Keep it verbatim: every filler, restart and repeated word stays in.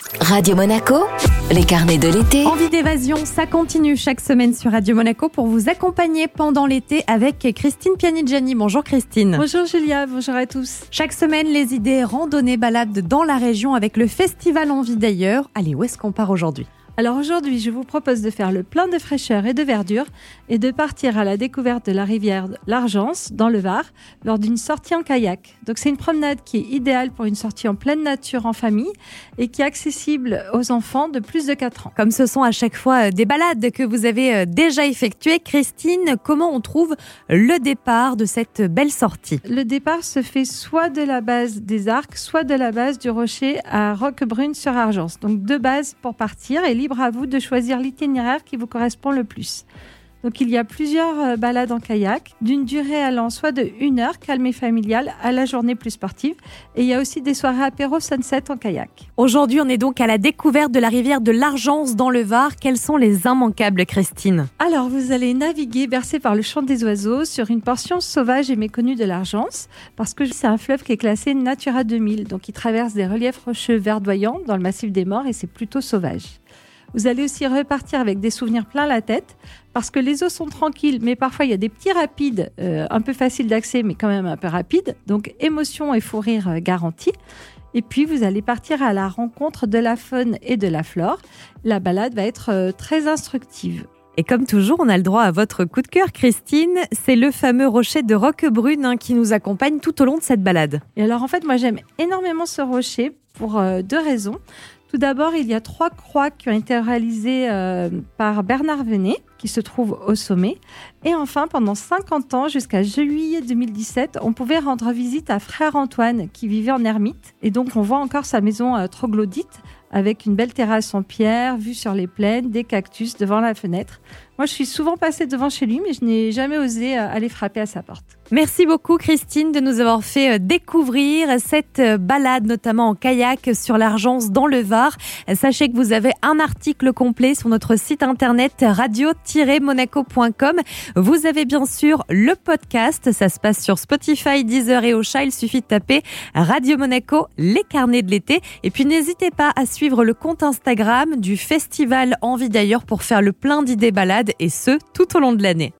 Radio Monaco, les carnets de l'été. Envie d'évasion, ça continue chaque semaine sur Radio Monaco pour vous accompagner pendant l'été avec Christine Pianigiani. Bonjour Christine. Bonjour Julia, bonjour à tous. Chaque semaine, les idées randonnées balades dans la région avec le festival Envie d'ailleurs. Allez, où est-ce qu'on part aujourd'hui ? Alors aujourd'hui, je vous propose de faire le plein de fraîcheur et de verdure et de partir à la découverte de la rivière l'Argence, dans le Var, lors d'une sortie en kayak. Donc c'est une promenade qui est idéale pour une sortie en pleine nature en famille et qui est accessible aux enfants de plus de quatre ans. Comme ce sont à chaque fois des balades que vous avez déjà effectuées, Christine, comment on trouve le départ de cette belle sortie ? Le départ se fait soit de la base des Arcs, soit de la base du Rocher à Roquebrune sur Argence. Donc deux bases pour partir et libre à vous de choisir l'itinéraire qui vous correspond le plus. Donc il y a plusieurs balades en kayak, d'une durée allant soit de une heure, calme et familiale, à la journée plus sportive. Et il y a aussi des soirées apéro sunset en kayak. Aujourd'hui, on est donc à la découverte de la rivière de l'Argence dans le Var. Quels sont les immanquables, Christine ? Alors, vous allez naviguer bercé par le chant des oiseaux sur une portion sauvage et méconnue de l'Argence, parce que c'est un fleuve qui est classé Natura deux mille, donc il traverse des reliefs rocheux verdoyants dans le massif des Morts et c'est plutôt sauvage. Vous allez aussi repartir avec des souvenirs plein la tête parce que les eaux sont tranquilles, mais parfois il y a des petits rapides, euh, un peu faciles d'accès, mais quand même un peu rapides. Donc émotion et fou rire euh, garantis. Et puis vous allez partir à la rencontre de la faune et de la flore. La balade va être euh, très instructive. Et comme toujours, on a le droit à votre coup de cœur, Christine. C'est le fameux rocher de Roquebrune hein, qui nous accompagne tout au long de cette balade. Et alors en fait, moi j'aime énormément ce rocher pour euh, deux raisons. Tout d'abord, il y a trois croix qui ont été réalisées euh, par Bernard Venet, qui se trouve au sommet. Et enfin, pendant cinquante ans, jusqu'à juillet deux mille dix-sept, on pouvait rendre visite à Frère Antoine, qui vivait en ermite. Et donc, on voit encore sa maison euh, troglodyte, avec une belle terrasse en pierre, vue sur les plaines, des cactus devant la fenêtre. Moi, je suis souvent passée devant chez lui, mais je n'ai jamais osé euh, aller frapper à sa porte. Merci beaucoup Christine de nous avoir fait découvrir cette balade, notamment en kayak sur l'Argence dans le Var. Sachez que vous avez un article complet sur notre site internet radio tiret monaco point com. Vous avez bien sûr le podcast, ça se passe sur Spotify, Deezer et Ocha. Il suffit de taper Radio Monaco, les carnets de l'été. Et puis n'hésitez pas à suivre le compte Instagram du festival Envie d'ailleurs pour faire le plein d'idées balades et ce, tout au long de l'année.